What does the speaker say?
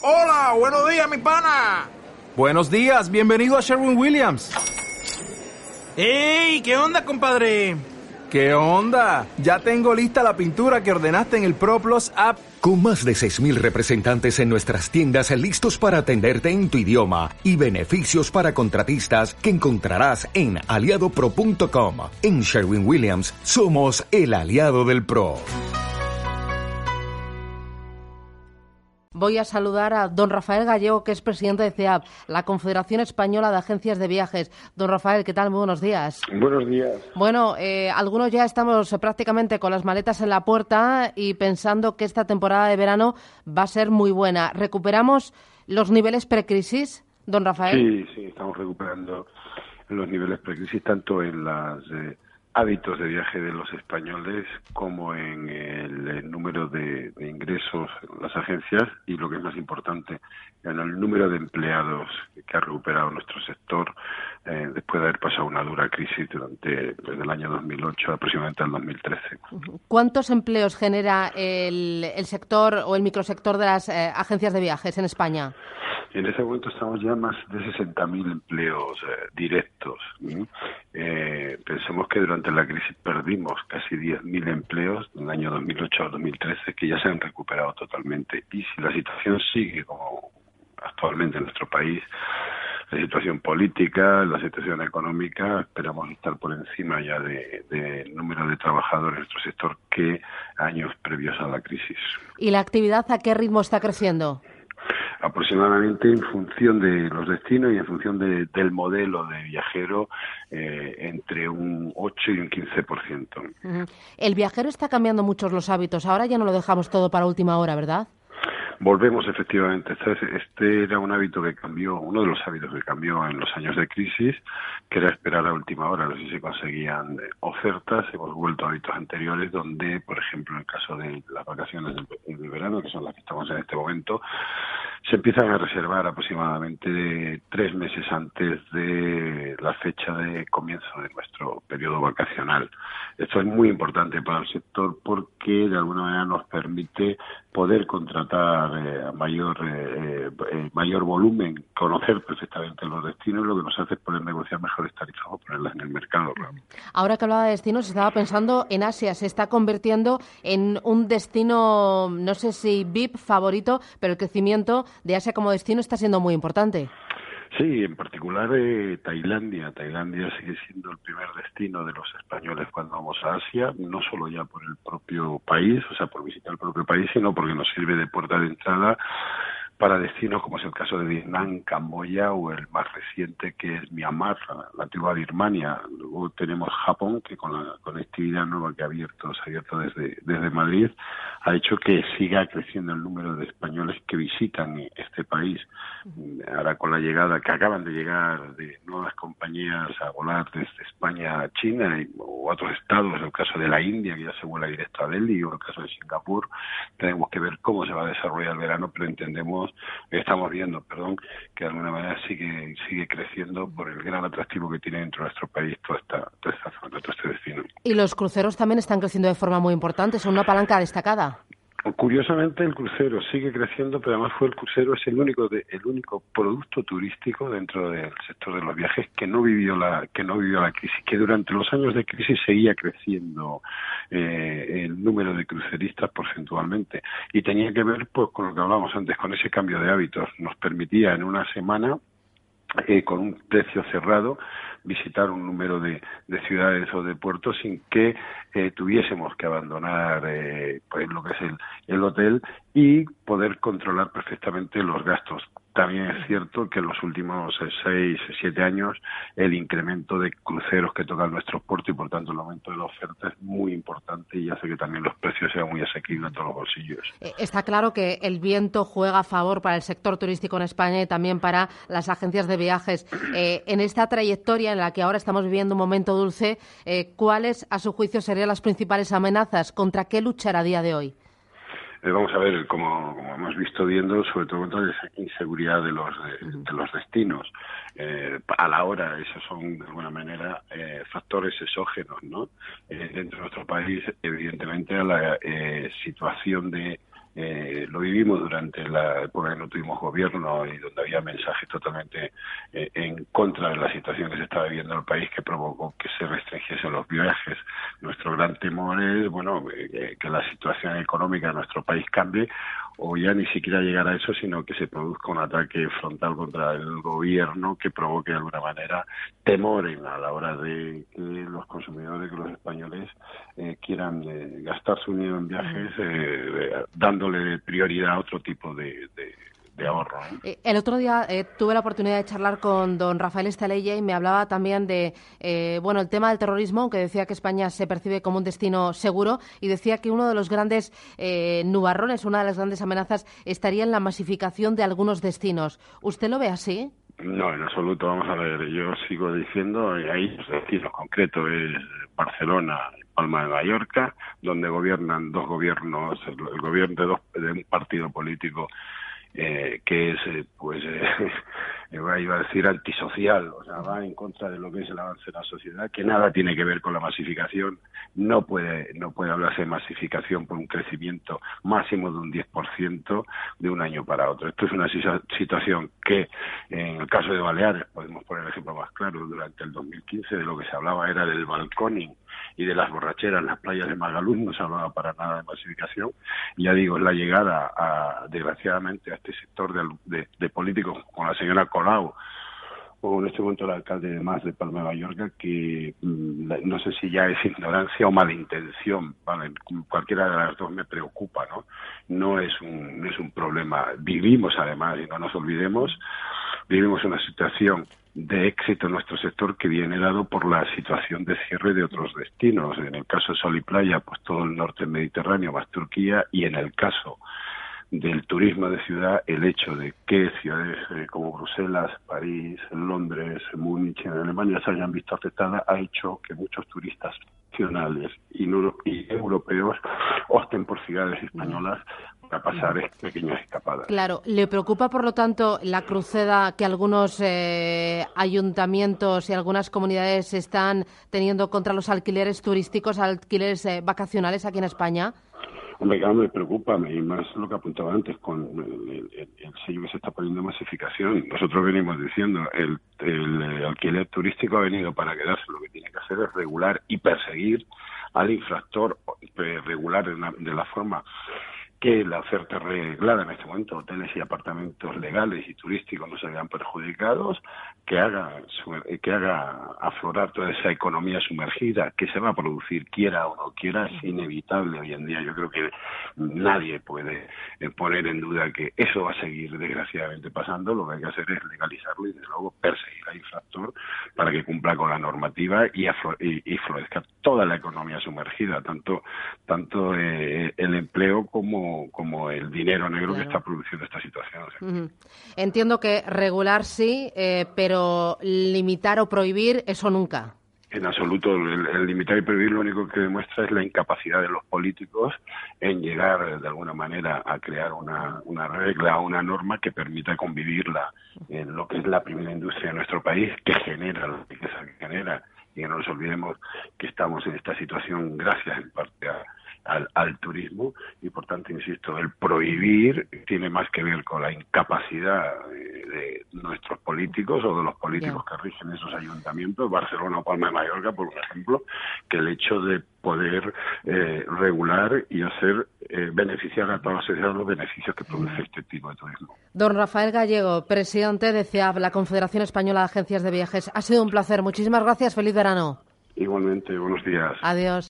Hola, buenos días, mi pana. Buenos días, bienvenido a Sherwin-Williams. ¡Ey! ¿Qué onda, compadre? ¿Qué onda? Ya tengo lista la pintura que ordenaste en el ProPlus app. Con más de 6,000 representantes en nuestras tiendas listos para atenderte en tu idioma y beneficios para contratistas que encontrarás en aliadopro.com. En Sherwin-Williams somos el aliado del pro. Voy a saludar a don Rafael Gallego, que es presidente de CEAP, la Confederación Española de Agencias de Viajes. Don Rafael, ¿qué tal? Muy buenos días. Buenos días. Bueno, algunos ya estamos prácticamente con las maletas en la puerta y pensando que esta temporada de verano va a ser muy buena. ¿Recuperamos los niveles precrisis, don Rafael? Sí, estamos recuperando los niveles precrisis tanto en los hábitos de viaje de los españoles como en el número de ingresos en las agencias y, lo que es más importante, en el número de empleados que ha recuperado nuestro sector después de haber pasado una dura crisis desde el año 2008 aproximadamente al 2013. ¿Cuántos empleos genera el sector o el microsector de las agencias de viajes en España? En ese momento estamos ya más de 60.000 empleos directos. Pensemos que durante la crisis perdimos casi 10.000 empleos en el año 2008 al 2013 que ya se han recuperado totalmente. Y si la situación sigue como actualmente en nuestro país, la situación política, la situación económica, esperamos estar por encima ya del número de trabajadores en nuestro sector que años previos a la crisis. ¿Y la actividad a qué ritmo está creciendo? Aproximadamente en función de los destinos y en función del modelo de viajero, entre un 8 y un 15%. Uh-huh. El viajero está cambiando muchos los hábitos. Ahora ya no lo dejamos todo para última hora, ¿verdad? Volvemos, efectivamente. Este era un hábito que cambió, uno de los hábitos que cambió en los años de crisis, que era esperar a última hora, no sé si se conseguían ofertas. Hemos vuelto a hábitos anteriores donde, por ejemplo, en el caso de las vacaciones del verano, que son las que estamos en este momento, se empiezan a reservar aproximadamente 3 meses antes de la fecha de comienzo de nuestro periodo vacacional. Esto es muy importante para el sector porque de alguna manera nos permite poder contratar mayor volumen, conocer perfectamente los destinos, lo que nos hace es poder negociar mejores tarifas o ponerlas en el mercado. Claro. Ahora que hablaba de destinos, estaba pensando en Asia. Se está convirtiendo en un destino, no sé si VIP favorito, pero el crecimiento de Asia como destino está siendo muy importante. Sí, en particular Tailandia. Tailandia sigue siendo el primer destino de los españoles cuando vamos a Asia, no solo ya por el propio país, o sea, por visitar el propio país, sino porque nos sirve de puerta de entrada para destinos como es el caso de Vietnam, Camboya o el más reciente que es Myanmar, la antigua Birmania. Luego tenemos Japón, que con la conectividad nueva que se ha abierto desde Madrid, ha hecho que siga creciendo el número de españoles que visitan este país. Ahora con la llegada, que acaban de llegar de nuevas compañías a volar desde España a China o otros estados, en el caso de la India, que ya se vuela directo a Delhi, o en el caso de Singapur, tenemos que ver cómo se va a desarrollar el verano, pero estamos viendo, que de alguna manera sigue creciendo por el gran atractivo que tiene dentro de nuestro país toda esta zona, todo este destino. Y los cruceros también están creciendo de forma muy importante, son una palanca destacada. Curiosamente el crucero sigue creciendo, pero además el crucero es el único producto turístico dentro del sector de los viajes que no vivió la crisis, que durante los años de crisis seguía creciendo el número de cruceristas porcentualmente, y tenía que ver pues con lo que hablábamos antes, con ese cambio de hábitos. Nos permitía en una semana con un precio cerrado visitar un número de ciudades o de puertos sin que tuviésemos que abandonar pues lo que es el hotel y poder controlar perfectamente los gastos. También es cierto que en los últimos 6 o 7 años el incremento de cruceros que tocan nuestros puertos y por tanto el aumento de la oferta es muy importante y hace que también los precios sean muy asequibles a todos los bolsillos. Está claro que el viento juega a favor para el sector turístico en España y también para las agencias de viajes. En esta trayectoria en la que ahora estamos viviendo un momento dulce, ¿cuáles a su juicio serían las principales amenazas? ¿Contra qué luchar a día de hoy? Vamos a ver, como hemos visto viendo, sobre todo contra la inseguridad de los destinos. A la hora, esos son de alguna manera factores exógenos, ¿no? Dentro de nuestro país, evidentemente, la situación de lo vivimos durante la época que no tuvimos gobierno y donde había mensajes totalmente en contra de la situación que se estaba viviendo en el país, que provocó que se restringiesen los viajes. Nuestro gran temor es, bueno, que la situación económica de nuestro país cambie, o ya ni siquiera llegar a eso, sino que se produzca un ataque frontal contra el gobierno que provoque de alguna manera temor a la hora de que los consumidores, que los españoles quieran gastar su dinero en viajes, dándole prioridad a otro tipo de ahorro. El otro día tuve la oportunidad de charlar con don Rafael Estalella y me hablaba también de el tema del terrorismo, aunque decía que España se percibe como un destino seguro, y decía que uno de los grandes nubarrones, una de las grandes amenazas, estaría en la masificación de algunos destinos. ¿Usted lo ve así? No, en absoluto. Vamos a ver, yo sigo diciendo, ahí los destinos concretos es Barcelona y Palma de Mallorca, donde gobiernan dos gobiernos, el gobierno de un partido político que es, iba a decir antisocial, o sea, va en contra de lo que es el avance de la sociedad, que nada tiene que ver con la masificación. No puede hablarse de masificación por un crecimiento máximo de un 10% de un año para otro. Esto es una situación que, en el caso de Baleares, podemos poner el ejemplo más claro, durante el 2015 de lo que se hablaba era del balconing y de las borracheras en las playas de Magaluf, no se hablaba para nada de masificación. Y ya digo, es la llegada, desgraciadamente, a este sector de políticos, con la señora Colau, o en este momento el alcalde de Mas de Palma de Mallorca, que no sé si ya es ignorancia o malintención, ¿vale? Cualquiera de las dos me preocupa, ¿no? No es un problema. Vivimos, además, y no nos olvidemos, vivimos una situación de éxito en nuestro sector que viene dado por la situación de cierre de otros destinos. En el caso de Sol y Playa, pues todo el norte mediterráneo más Turquía, y en el caso del turismo de ciudad, el hecho de que ciudades como Bruselas, París, Londres, Múnich, en Alemania se hayan visto afectadas, ha hecho que muchos turistas nacionales y europeos opten por ciudades españolas para pasar pequeñas escapadas. Claro, ¿le preocupa, por lo tanto, la cruceda que algunos ayuntamientos y algunas comunidades están teniendo contra los alquileres turísticos, alquileres vacacionales aquí en España? Hombre, claro, me preocupa, y más lo que apuntaba antes, con el sello que se está poniendo masificación. Nosotros venimos diciendo, el alquiler turístico ha venido para quedarse. Lo que tiene que hacer es regular y perseguir al infractor, regular de la forma que la oferta reglada en este momento, hoteles y apartamentos legales y turísticos no se vean perjudicados, que haga aflorar toda esa economía sumergida que se va a producir, quiera o no quiera. Es inevitable hoy en día. Yo creo que nadie puede poner en duda que eso va a seguir desgraciadamente pasando. Lo que hay que hacer es legalizarlo y, desde luego, perseguir al infractor para que cumpla con la normativa y florezca toda la economía sumergida, tanto el empleo como el dinero negro, claro, que está produciendo esta situación. ¿Sí? Uh-huh. Entiendo que regular sí, pero limitar o prohibir, eso nunca. En absoluto. El limitar y prohibir lo único que demuestra es la incapacidad de los políticos en llegar de alguna manera a crear una regla, una norma que permita convivirla en lo que es la primera industria de nuestro país, que genera la riqueza que genera. Y que no nos olvidemos que estamos en esta situación gracias en parte al turismo, y por tanto, insisto, el prohibir tiene más que ver con la incapacidad de nuestros políticos o de los políticos que rigen esos ayuntamientos, Barcelona o Palma de Mallorca, por ejemplo, que el hecho de poder regular y hacer beneficiar a toda la sociedad los beneficios que produce este tipo de turismo. Don Rafael Gallego, presidente de CEAV, la Confederación Española de Agencias de Viajes, ha sido un placer. Muchísimas gracias. Feliz verano. Igualmente, buenos días. Adiós.